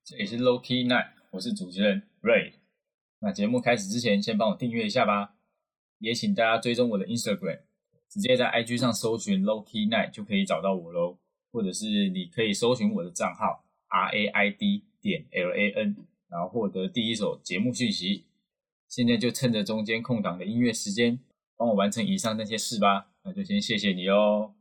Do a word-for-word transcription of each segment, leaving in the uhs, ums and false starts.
这里是 Low Key Night， 我是主持人 Ray。那节目开始之前，先帮我订阅一下吧，也请大家追踪我的 Instagram， 直接在 I G 上搜寻 Low Key Night 就可以找到我咯，或者是你可以搜寻我的账号 R A I D 点 L A N， 然后获得第一手节目讯息。现在就趁着中间空档的音乐时间，帮我完成以上那些事吧。那就先谢谢你哦。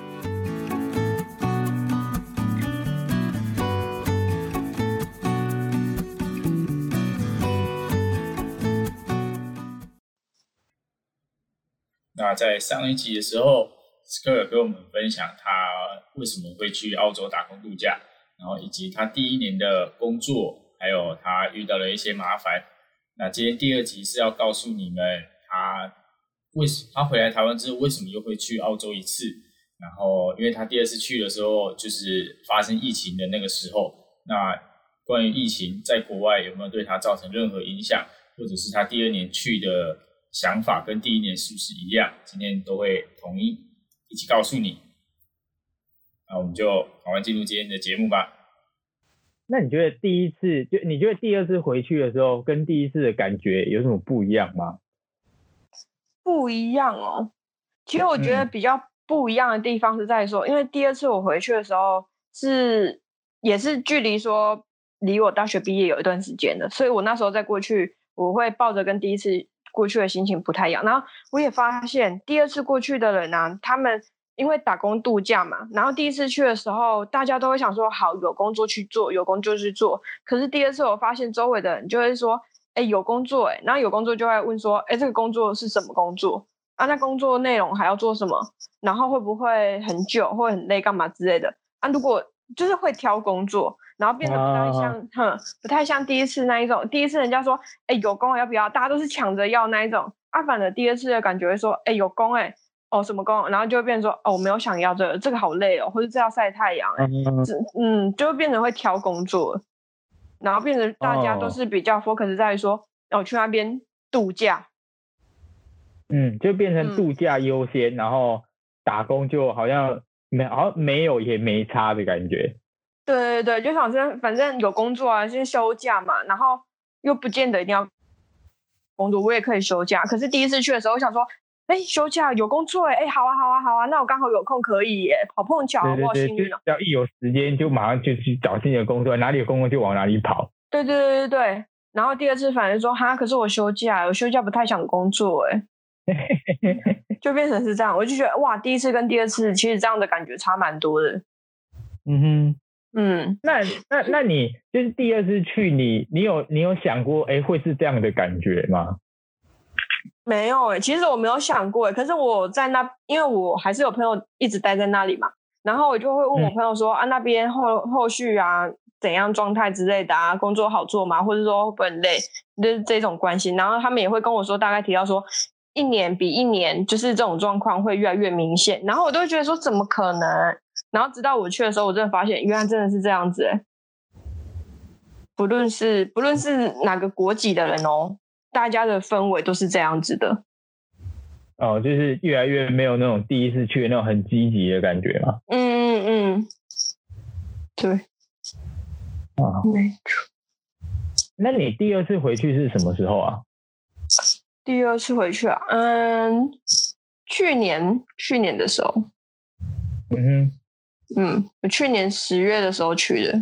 那在上一集的时候 Skr 跟我们分享他为什么会去澳洲打工度假，然后以及他第一年的工作，还有他遇到了一些麻烦。那今天第二集是要告诉你们他为什他回来台湾之后为什么又会去澳洲一次，然后因为他第二次去的时候就是发生疫情的那个时候，那关于疫情在国外有没有对他造成任何影响，或者是他第二年去的想法跟第一年是不是一样，今天都会统一一起告诉你。那我们就赶快进入今天的节目吧。 那你觉得第一次就你觉得第二次回去的时候跟第一次的感觉有什么不一样吗？ 不一样哦，其实我觉得比较不一样的地方是在说、嗯、因为第二次我回去的时候是也是距离说离我大学毕业有一段时间的，所以我那时候再过去我会抱着跟第一次过去的心情不太一样。然后我也发现第二次过去的人啊，他们因为打工度假嘛，然后第一次去的时候大家都会想说好有工作去做有工作去做，可是第二次我发现周围的人就会说哎有工作哎，然后有工作就会问说哎这个工作是什么工作啊，那工作内容还要做什么，然后会不会很久会很累干嘛之类的啊，如果就是会挑工作，然后变得不太像、啊、哼不太像第一次那一种，第一次人家说哎有工要不要，大家都是抢着要那一种啊，反而第二次的感觉会说哎有工哎哦什么工，然后就会变成说哦我没有想要这个这个好累哦，或者这要晒太阳哎、嗯, 嗯就会变成会挑工作，然后变成大家都是比较 focus 在说哦去那边度假， 嗯就变成度假优先、嗯、然后打工就好像没好像没有也没差的感觉。 对对对，就反正反正有工作啊，先休假嘛，然后又不见得一定要工作，我也可以休假。可是第一次去的时候，我想说，哎，休假有工作哎，哎，好啊好啊好啊，那我刚好有空可以耶，好碰巧，好不好幸运哦。 只要一有时间就马上就去找新的工作，哪里有工作就往哪里跑。 对对对对对，然后第二次反正说哈，可是我休假，我休假不太想工作哎，就变成是这样，我就觉得哇，第一次跟第二次其实这样的感觉差蛮多的。 嗯哼。 嗯， 那那那你就是第二次去你你有你有想过哎会是这样的感觉吗？ 没有哎、欸，其实我没有想过哎、欸，可是我在那，因为我还是有朋友一直待在那里嘛，然后我就会问我朋友说、嗯、啊那边后后续啊怎样状态之类的啊，工作好做吗？或者说会不会很累，就是这种关系，然后他们也会跟我说，大概提到说一年比一年就是这种状况会越来越明显，然后我都会觉得说怎么可能，然后直到我去的时候我真的发现原来真的是这样子欸，不论是不论是哪个国籍的人哦，大家的氛围都是这样子的哦，就是越来越没有那种第一次去的那种很积极的感觉嘛。 嗯嗯嗯，对啊， 没错。 那你第二次回去是什么时候啊？ 第二次回去啊，嗯，去年去年的时候。 嗯哼， 嗯，我去年十月的时候去的。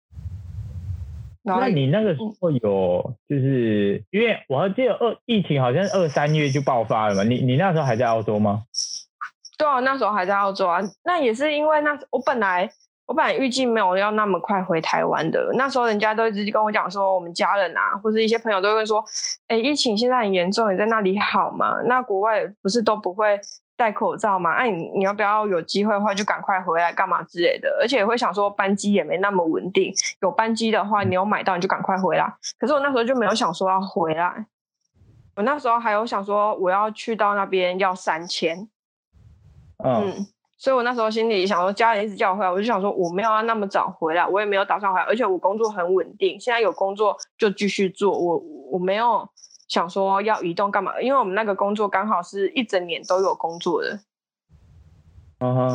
那你那个时候有，就是因为我还记得二疫情好像二三月就爆发了嘛，你你那时候还在澳洲吗？ 对啊，那时候还在澳洲啊。那也是因为那我本来我本来预计没有要那么快回台湾的，那时候人家都一直跟我讲说，我们家人啊，或者一些朋友都会说，哎，疫情现在很严重，你在那里好吗？那国外不是都不会戴口罩嘛，哎、啊，你你要不要有机会的话就赶快回来干嘛之类的，而且也会想说班机也没那么稳定，有班机的话你有买到你就赶快回来。可是我那时候就没有想说要回来，我那时候还有想说我要去到那边要三千， 嗯。 嗯，所以我那时候心里想说家人一直叫我回来，我就想说我没有要那么早回来，我也没有打算回来，而且我工作很稳定，现在有工作就继续做，我我没有想说要移动干嘛，因为我们那个工作刚好是一整年都有工作的。 嗯哼，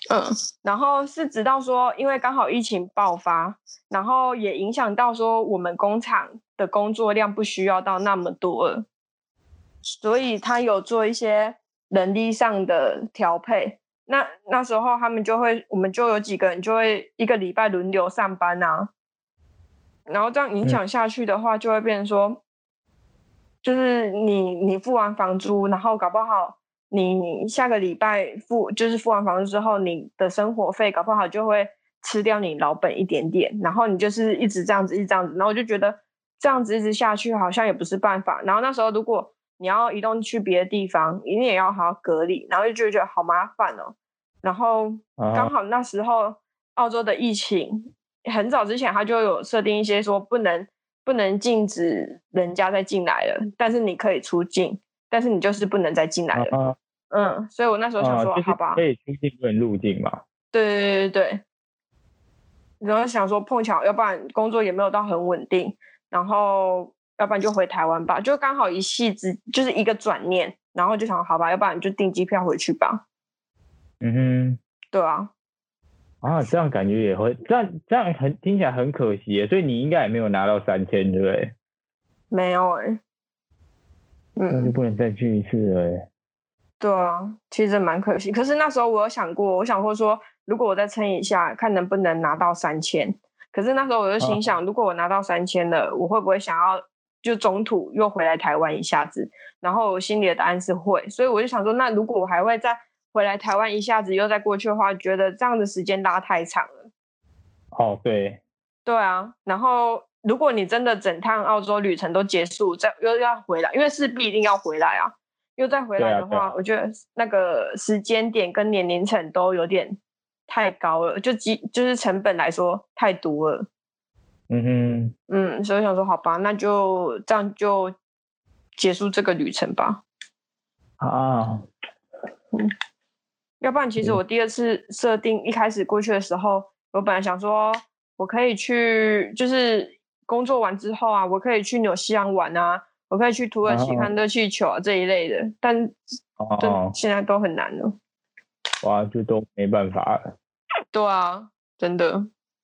嗯，然后是直到说，因为刚好疫情爆发，然后也影响到说我们工厂的工作量不需要到那么多了，所以他有做一些人力上的调配。那那时候他们就会，我们就有几个人就会一个礼拜轮流上班啊，然后这样影响下去的话，就会变成说，嗯、就是你你付完房租，然后搞不好。你下个礼拜付就是付完房租之后，你的生活费搞不好就会吃掉你老本一点点，然后你就是一直这样子，一直这样子，然后我就觉得这样子一直下去好像也不是办法。然后那时候如果你要移动去别的地方，一定也要好好隔离，然后就觉得好麻烦哦。然后刚好那时候澳洲的疫情很早之前，他就有设定一些说不能不能禁止人家再进来了，但是你可以出境，但是你就是不能再进来了。 啊嗯，所以我那时候想说， 啊就是、 好吧， 可以出境不能入境嘛。 对对对对，然后想说碰巧，要不然工作也没有到很稳定，然后要不然就回台湾吧，就刚好一夕之就是一个转念，然后就想好吧，要不然就订机票回去吧。 嗯哼， 对啊， 啊，这样感觉也会，这样这样很听起来很可惜耶，所以你应该也没有拿到三千，对不对？ 没有哎、欸， 嗯，那就不能再去一次了耶。 对啊，其实蛮可惜。可是那时候我有想过，我想过说，如果我再撑一下，看能不能拿到三千。可是那时候我就心想，啊、如果我拿到三千了，我会不会想要就中途又回来台湾一下子？然后我心里的答案是会，所以我就想说，那如果我还会再回来台湾一下子又再过去的话，觉得这样的时间拉太长了。 哦，对， 对啊。然后如果你真的整趟澳洲旅程都结束，再又要回来，因为势必一定要回来啊。又再回来的话、啊、我觉得那个时间点跟年龄层都有点太高了，就就是成本来说太多了。 嗯哼， 嗯，所以我想说好吧，那就这样就结束这个旅程吧。 啊， 嗯，要不然其实我第二次设定一开始过去的时候，我本来想说我可以去，就是工作完之后啊，我可以去纽西兰玩啊。我可以去土耳其看热气球啊、哦、这一类的，但哦， 现在都很难了。 哇，就都没办法了。 对啊，真的。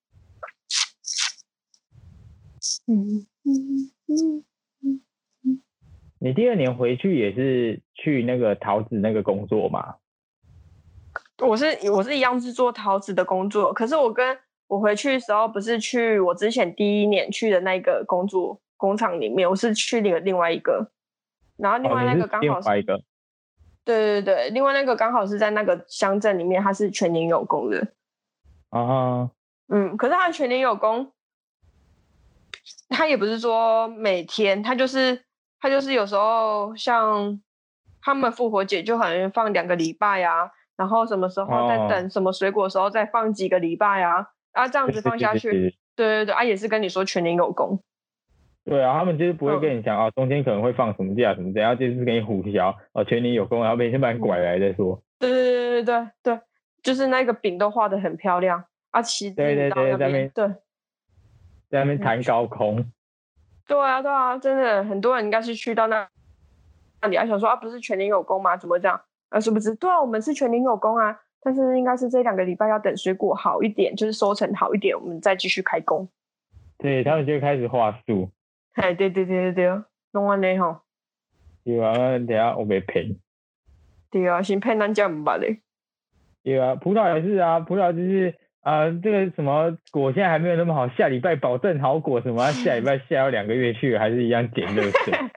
嗯嗯嗯嗯。你第二年回去也是去那个桃子那个工作吗？ 我是我是一样是做桃子的工作，可是我跟我回去的时候不是去我之前第一年去的那个工作。工厂里面，我是去另另外一个，然后另外那个刚好是， 哦、是另外一个， 对对对，另外那个刚好是在那个乡镇里面，它是全年有工的。 啊， 嗯，可是它全年有工，它也不是说每天，它就是它就是有时候像他们复活节就可能放两个礼拜啊，然后什么时候在等什么水果的时候再放几个礼拜啊，啊这样子放下去，对对对啊，也是跟你说全年有工。 对啊，他们就是不会跟你讲、嗯、啊，中间可能会放什么假什么假，然后就是跟你胡销哦，全年有工，然后每天把你拐来再说。 对对对对对对，就是那个饼都画得很漂亮啊，旗对对对，在那边对， 在那边弹高空、嗯。 对啊对啊，真的很多人应该是去到那那里，还想说啊，不是全年有工吗？怎么这样？啊，是不是？对啊，我们是全年有工啊，但是应该是这两个礼拜要等水果好一点，就是收成好一点，我们再继续开工。 对，他们就开始画树。 哎，对对对对对，弄安尼吼。 对啊，等下我被骗。 对啊，先骗咱家唔捌嘞。 对啊，葡萄也是啊，葡萄就是啊、呃，这个什么果现在还没有那么好，下礼拜保证好果什么，下礼拜下要两个月去，还是一样捡垃圾。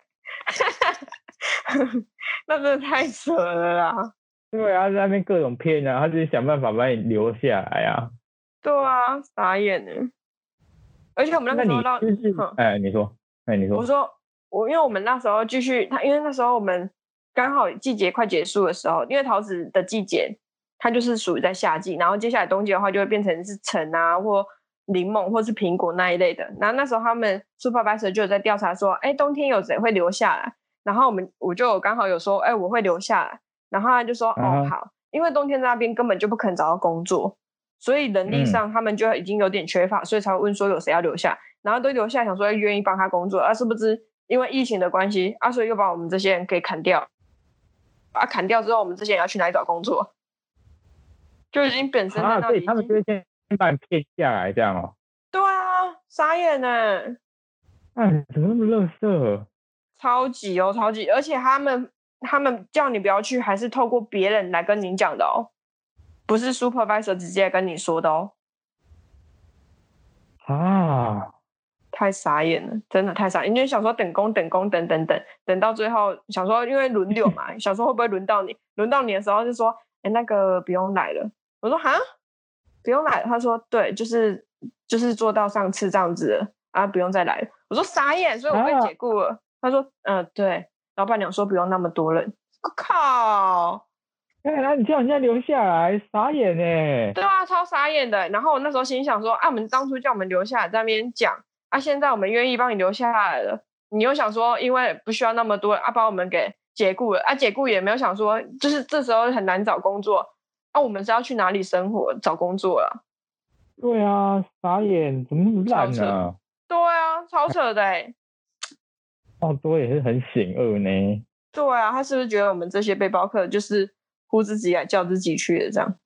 那真的太扯了啦。 对啊，在那边各种骗啊，他就是想办法把你留下来啊。 对啊，傻眼呢。而且我们那个时候到， 就是，哎，你说，哎，你说， 我说我，因为我们那时候继续，他因为那时候我们刚好季节快结束的时候，因为桃子的季节它就是属于在夏季，然后接下来冬季的话就会变成是橙啊或柠檬或是苹果那一类的。然后那时候他们 supervisor 就有在调查说，哎，冬天有谁会留下来？然后我们我就刚好有说，哎，我会留下来。然后他就说，哦，好，因为冬天在那边根本就不可能找到工作。所以人力上他们就已经有点缺乏、嗯、所以才会问说有谁要留下，然后都留下想说愿意帮他工作，啊是不是因为疫情的关系啊，所以又把我们这些人给砍掉啊，砍掉之后我们这些人要去哪里找工作？ 就已经本身在那里、 啊，所以他们就会先把你骗下来这样哦。 对啊，傻眼呢、 哎，怎么那么垃圾？ 超级哦，超级，而且他们他们叫你不要去，还是透过别人来跟你讲的哦，不是 supervisor 直接跟你说的哦。 啊， 太傻眼了，真的太傻眼。因为想说等工等工等等等等到最后，想说因为轮流嘛，想说会不会轮到你？轮到你的时候就说，哎，那个不用来了。我说哈，不用来了。他说对，就是就是做到上次这样子了啊，不用再来了。我说傻眼，所以我被解雇了。啊、他说嗯、呃，对，老板娘说不用那么多人。我靠！ 哎，那你叫人家留下来，傻眼哎！ 对啊，超傻眼的。然后我那时候心想说，啊，我们当初叫我们留下来在那边讲，啊，现在我们愿意帮你留下来了，你又想说，因为不需要那么多人，啊，把我们给解雇了，啊，解雇也没有想说，就是这时候很难找工作，啊，我们是要去哪里生活找工作了？ 对啊，傻眼，怎么那么烂呢、啊？ 对啊，超扯的哎、欸！ 澳洲也是很险恶呢。 对啊，他是不是觉得我们这些背包客就是呼自己来叫自己去的这样？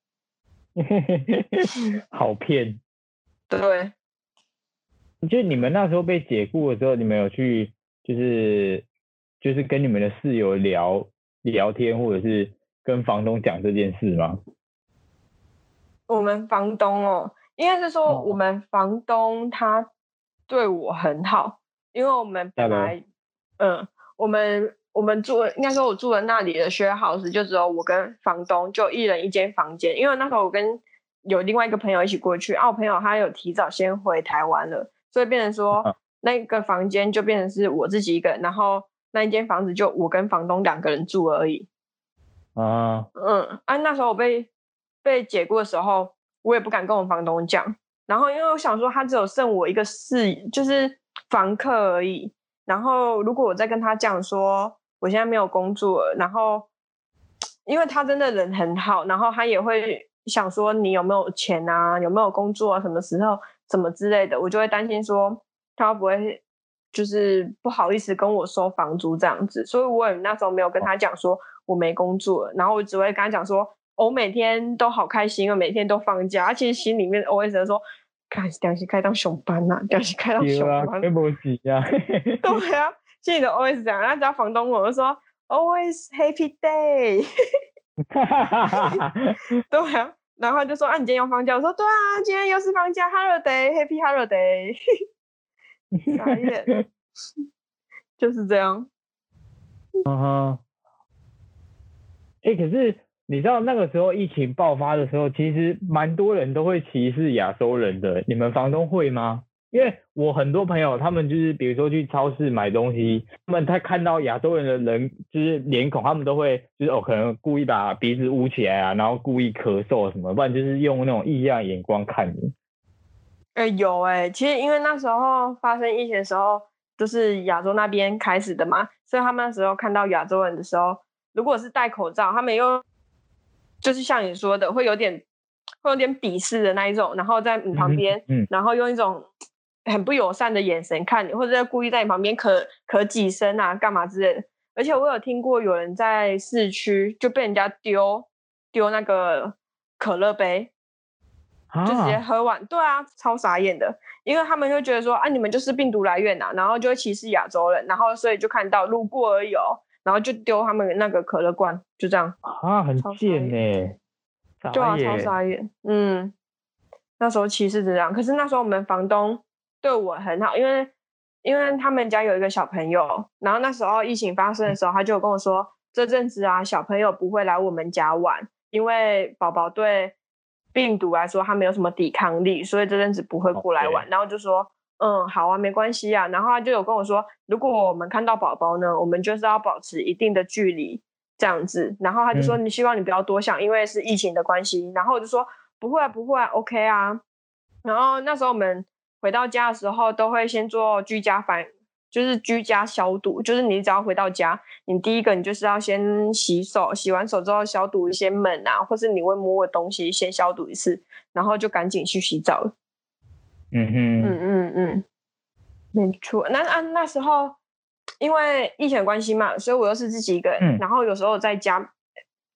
好骗。 对。 就你们那时候被解雇的时候，你们有去就是就是跟你们的室友聊聊天，或者是跟房东讲这件事吗？ 我们房东哦，应该是说我们房东他对我很好，因为我们本来嗯，我们我们住应该说我住的那里的 share house 就只有我跟房东就一人一间房间，因为那时候我跟有另外一个朋友一起过去，啊，我朋友他有提早先回台湾了。所以变成说、啊、那个房间就变成是我自己一个人，然后那一间房子就我跟房东两个人住而已。 啊， 嗯，啊，那时候我被被解雇的时候，我也不敢跟我房东讲，然后因为我想说他只有剩我一个室，就是房客而已。然后如果我再跟他讲说我现在没有工作了，然后因为他真的人很好，然后他也会想说你有没有钱啊，有没有工作啊，什么时候什么之类的，我就会担心说他会不会就是不好意思跟我收房租这样子，所以我也那时候没有跟他讲说我没工作了，然后我只会跟他讲说我每天都好开心，我每天都放假，而且心里面 O S 说看两是开当上班啊，两是开当上班， 对不起啊， 对啊，心里的 O S 讲，然后只要房东我就说 always happy day， 对啊。然后就说啊，你今天要放假？我说对啊，今天又是放假 ，holiday happy holiday， 傻眼，就是这样。 嗯哼，哎，可是你知道那个时候疫情爆发的时候，其实蛮多人都会歧视亚洲人的，你们房东会吗？因为我很多朋友，他们就是比如说去超市买东西，他们他看到亚洲人的人就是脸孔，他们都会就是哦，可能故意把鼻子捂起来啊，然后故意咳嗽什么，不然就是用那种异样眼光看你。 哎、欸，有哎、欸，其实因为那时候发生疫情的时候，就是亚洲那边开始的嘛，所以他们那时候看到亚洲人的时候，如果是戴口罩，他们又就是像你说的，会有点会有点鄙视的那一种，然后在你旁边、嗯嗯，然后用一种很不友善的眼神看你，或者故意在你旁边咳咳几声啊，干嘛之类的。而且我有听过有人在市区就被人家丢丢那个可乐杯，啊、就直接喝完。对啊，超傻眼的，因为他们就觉得说啊，你们就是病毒来源啊，然后就会歧视亚洲人，然后所以就看到路过而已哦，然后就丢他们那个可乐罐，就这样啊，很贱耶。 对啊，超傻眼。嗯，那时候歧视这样，可是那时候我们房东对我很好，因为因为他们家有一个小朋友，然后那时候疫情发生的时候，他就有跟我说，这阵子啊，小朋友不会来我们家玩，因为宝宝对病毒来说他没有什么抵抗力，所以这阵子不会过来玩。Okay. 然后就说，嗯，好啊，没关系啊。然后他就有跟我说，如果我们看到宝宝呢，我们就是要保持一定的距离。这样子，然后他就说：“你希望你不要多想，嗯、因为是疫情的关系。”然后我就说：“不会啊，不会啊 ，OK 啊。”然后那时候我们回到家的时候，都会先做居家反，就是居家消毒。就是你只要回到家，你第一个你就是要先洗手，洗完手之后消毒一些门啊，或是你会摸的东西，先消毒一次，然后就赶紧去洗澡了。 嗯哼， 嗯嗯嗯，没错。那啊那时候。因为疫情的关系嘛，所以我又是自己一个人、嗯，然后有时候在家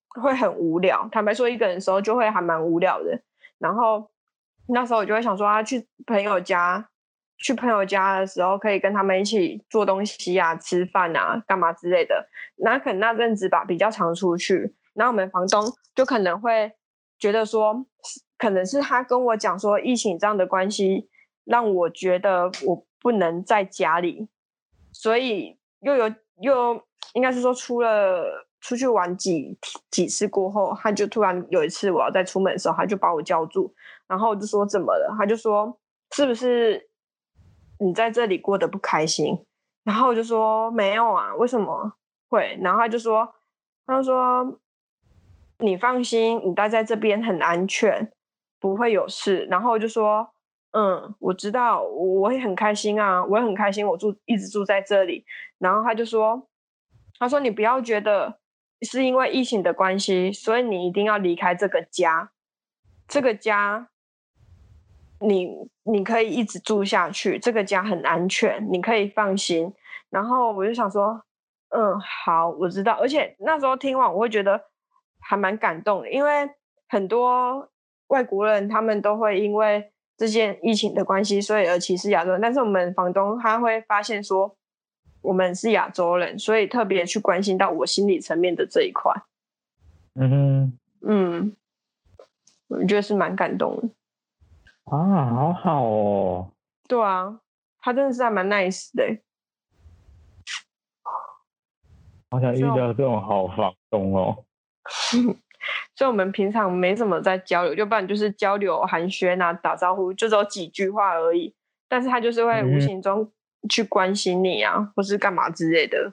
会很无聊。坦白说，一个人的时候就会还蛮无聊的。然后那时候我就会想说，啊，去朋友家，去朋友家的时候可以跟他们一起做东西啊、吃饭啊、干嘛之类的。那可能那阵子吧，比较常出去，然后我们房东就可能会觉得说，可能是他跟我讲说，疫情这样的关系，让我觉得我不能在家里，所以又有又应该是说出了出去玩几几次过后，他就突然有一次我要再出门的时候，他就把我叫住，然后我就说怎么了？他就说是不是你在这里过得不开心？然后我就说没有啊，为什么会？然后他就说他就说你放心，你待在这边很安全，不会有事。然后我就说嗯，我知道，我会很开心啊，我也很开心，我住一直住在这里。然后他就说，他说你不要觉得是因为疫情的关系，所以你一定要离开这个家，这个家你你可以一直住下去，这个家很安全，你可以放心。然后我就想说，嗯，好，我知道。而且那时候听完，我会觉得还蛮感动的，因为很多外国人他们都会因为这件疫情的关系，所以而歧视亚洲人。但是我们房东他会发现说，我们是亚洲人，所以特别去关心到我心理层面的这一块。 嗯哼， 嗯，我觉得是蛮感动的。 啊，好好哦。 对啊，他真的是还蛮 nice 的。 好想遇到这种好房东哦。 所以我们平常没怎么在交流，就不然就是交流寒暄啊、打招呼，就只有几句话而已。但是他就是会无形中去关心你啊，嗯、或是干嘛之类的。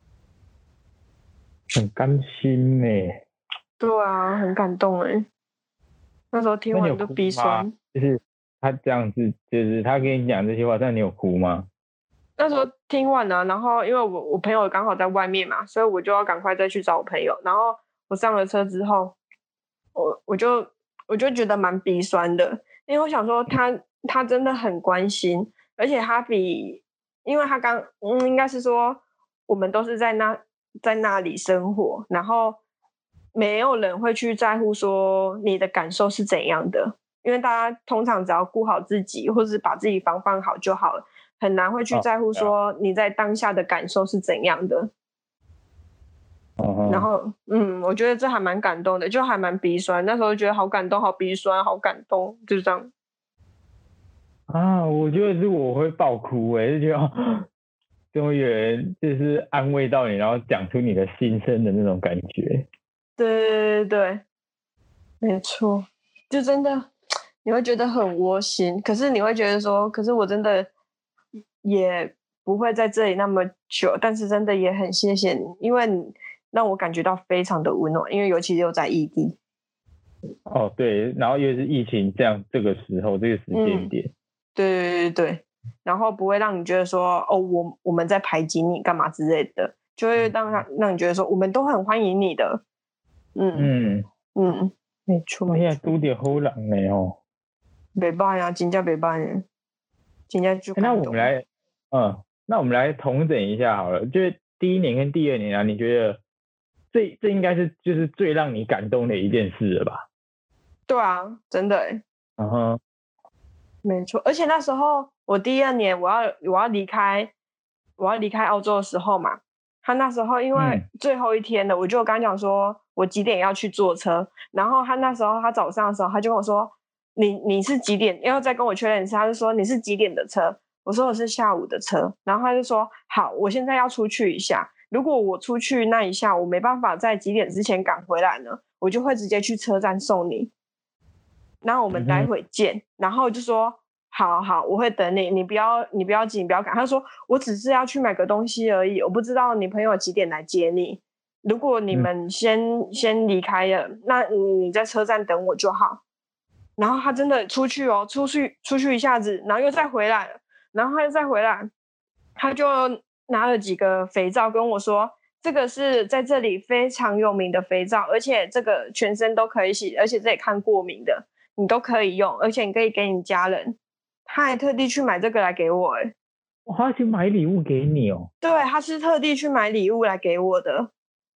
很甘心耶。 对啊，很感动哎。那时候听完都鼻酸。 就是他这样子，就是他跟你讲这些话，但你有哭吗？ 那时候听完了，然后因为我我朋友刚好在外面嘛，所以我就要赶快再去找我朋友。然后我上了车之后，我我就我就觉得蛮鼻酸的，因为我想说他他真的很关心，而且他比，因为他刚嗯应该是说我们都是在那在那里生活，然后没有人会去在乎说你的感受是怎样的，因为大家通常只要顾好自己，或是把自己防范好就好了。很难会去在乎说你在当下的感受是怎样的。 哦、 然后，嗯，我觉得这还蛮感动的，就还蛮鼻酸。那时候觉得好感动，好鼻酸，好感动，就这样。 啊，我觉得是我会爆哭哎，就觉得终于有人就是安慰到你，然后讲出你的心声的那种感觉。 对对对对，没错，就真的你会觉得很窝心，可是你会觉得说，可是我真的也不会在这里那么久，但是真的也很谢谢你，因为你让我感觉到非常的温暖，因为尤其又在异地。 哦，对，然后又是疫情这样这个时候这个时间点、嗯， 对对对对，然后不会让你觉得说哦，我我们在排挤你干嘛之类的，就会让让让你觉得说我们都很欢迎你的。嗯嗯嗯，没错。 现在都点好人呢哦。 袂歹啊，真正袂歹呢，真正就、 欸。那我们来，嗯，那我们来统整一下好了，就是第一年跟第二年啊，你觉得这这应该是就是最让你感动的一件事了吧？ 对啊，真的欸。 嗯哼， 没错，而且那时候我第二年我要我要离开我要离开澳洲的时候嘛，他那时候因为最后一天了，嗯、我就跟他讲说我几点要去坐车，然后他那时候他早上的时候他就跟我说。你你是几点？要再跟我确认一次。他就说你是几点的车？我说我是下午的车。然后他就说好，我现在要出去一下。如果我出去那一下，我没办法在几点之前赶回来呢，我就会直接去车站送你。然后我们待会见。嗯、然后就说好好，我会等你，你不要你不要急，你不要赶。他说我只是要去买个东西而已，我不知道你朋友几点来接你。如果你们先、嗯、先离开了，那你在车站等我就好。然后他真的出去哦，出去出去一下子，然后又再回来了，然后他又再回来，他就拿了几个肥皂跟我说，这个是在这里非常有名的肥皂，而且这个全身都可以洗，而且这里看过敏的，你都可以用，而且你可以给你家人。他还特地去买这个来给我，哎， 他去买礼物给你哦？ 对，他是特地去买礼物来给我的。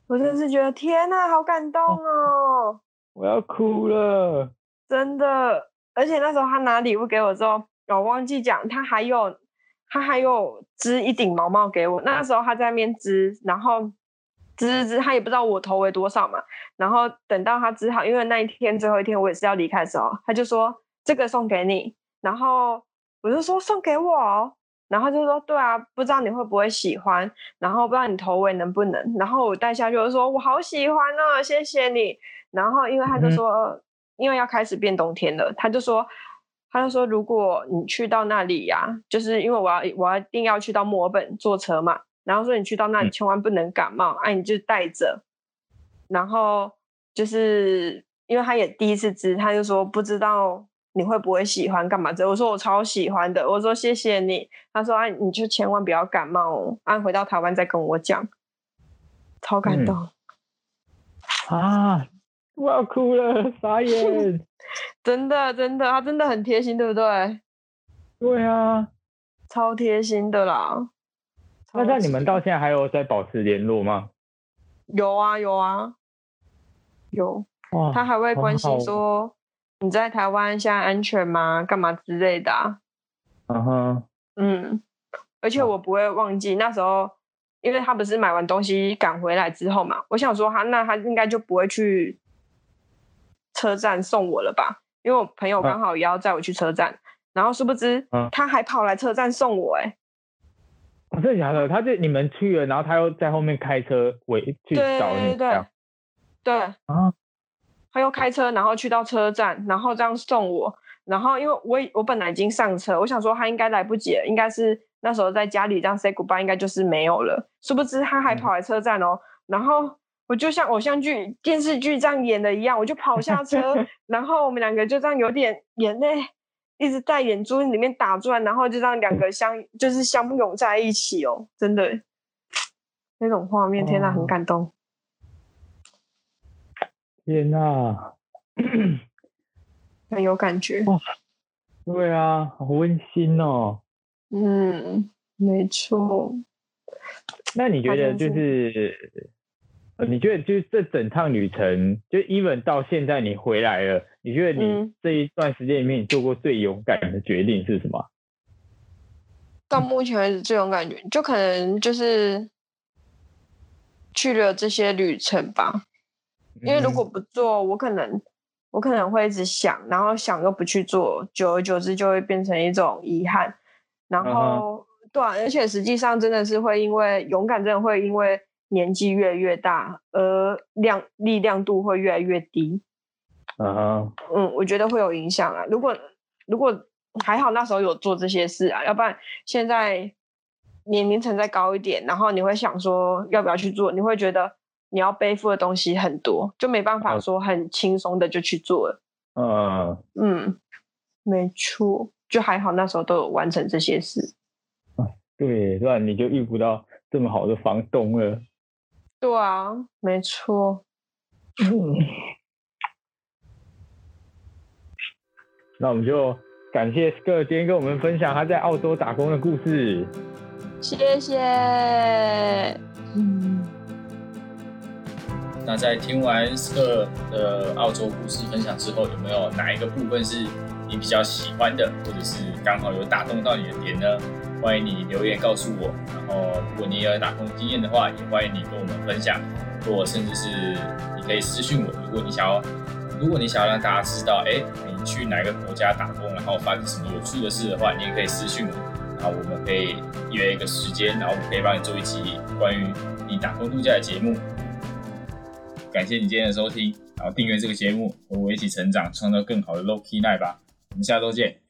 我真的是觉得天哪，好感动哦！ 我要哭了， 真的。而且那时候他拿礼物给我之后，我忘记讲，他还有他还有织一顶毛帽给我。那时候他在那边织，然后织织织，他也不知道我头围多少嘛。然后等到他织好，因为那一天最后一天我也是要离开的时候，他就说这个送给你。然后我就说送给我哦。然后就说对啊，不知道你会不会喜欢，然后不知道你头围能不能，然后我戴下去我就说我好喜欢哦，谢谢你。然后因为他就说、嗯、因为要开始变冬天了，他就说他就说如果你去到那里呀、啊，就是因为我要我要一定要去到墨尔本坐车嘛，然后说你去到那里千万不能感冒，哎、嗯啊、你就带着。然后就是因为他也第一次织，他就说不知道你会不会喜欢干嘛之类，我说我超喜欢的，我说谢谢你。他说啊，你就千万不要感冒哦，啊回到台湾再跟我讲。超感动、 嗯、啊！我要哭了，傻眼。 真的真的，他真的很贴心，对不对？ 对啊， 超贴心的啦。 那在你们到现在还有在保持联络吗？ 有啊有啊有，他还会关心说你在台湾现在安全吗？干嘛之类的啊。 嗯哼， 嗯，而且我不会忘记那时候，因为他不是买完东西赶回来之后嘛，我想说他那他应该就不会去车站送我了吧，因为我朋友刚好也要载我去车站、嗯、然后殊不知、嗯、他还跑来车站送我。哎、 欸哦，真的假的？他就你们去了，然后他又在后面开车围去找你， 对对对啊， 他又开车然后去到车站，然后这样送我。然后因为我我本来已经上车，我想说他应该来不及了，应该是那时候在家里这样 say goodbye 应该就是没有了，殊不知他还跑来车站哦、嗯、然后我就像偶像剧电视剧这样演的一样，我就跑下车然后我们两个就这样有点眼泪一直在眼珠里面打转，然后就这样两个相就是相拥在一起哦，真的那种画面，天哪，很感动。 天哪很有感觉。 对啊，好温馨哦。 嗯，没错。 那你觉得就是你觉得就是这整趟旅程，就 even 到现在你回来了，你觉得你这一段时间里面你做过最勇敢的决定是什么？ 到目前为止最勇敢的决定就可能就是去了这些旅程吧，因为如果不做我可能我可能会一直想，然后想又不去做，久而久之就会变成一种遗憾。然后、uh-huh. 对啊，而且实际上真的是会因为勇敢，真的会因为年纪越来越大而量力量度会越来越低。 uh-huh. 嗯，我觉得会有影响啊。如果如果还好那时候有做这些事啊，要不然现在年龄层再高一点，然后你会想说要不要去做，你会觉得你要背负的东西很多，就没办法说很轻松的就去做了。 嗯嗯，没错，就还好那时候都有完成这些事。 对，不然你就遇不到这么好的房东了。 对啊，没错。 嗯，那我们就感谢 Skirt 今天跟我们分享他在澳洲打工的故事。 谢谢。嗯。 那在听完 Skirt 的澳洲故事分享之后，有没有哪一个部分是你比较喜欢的，或者是刚好有打动到你的点呢？欢迎你留言告诉我。然后，如果你也有打工经验的话，也欢迎你跟我们分享，或甚至是你可以私讯我。如果你想要，如果你想要让大家知道，哎，你去哪个国家打工，然后发生什么有趣的事的话，你也可以私讯我。然后我们可以约一个时间，然后我们可以帮你做一期关于你打工度假的节目。感谢你今天的收听，然后订阅这个节目，和我一起成长，创造更好的 Low Key Night 吧。我们下周见。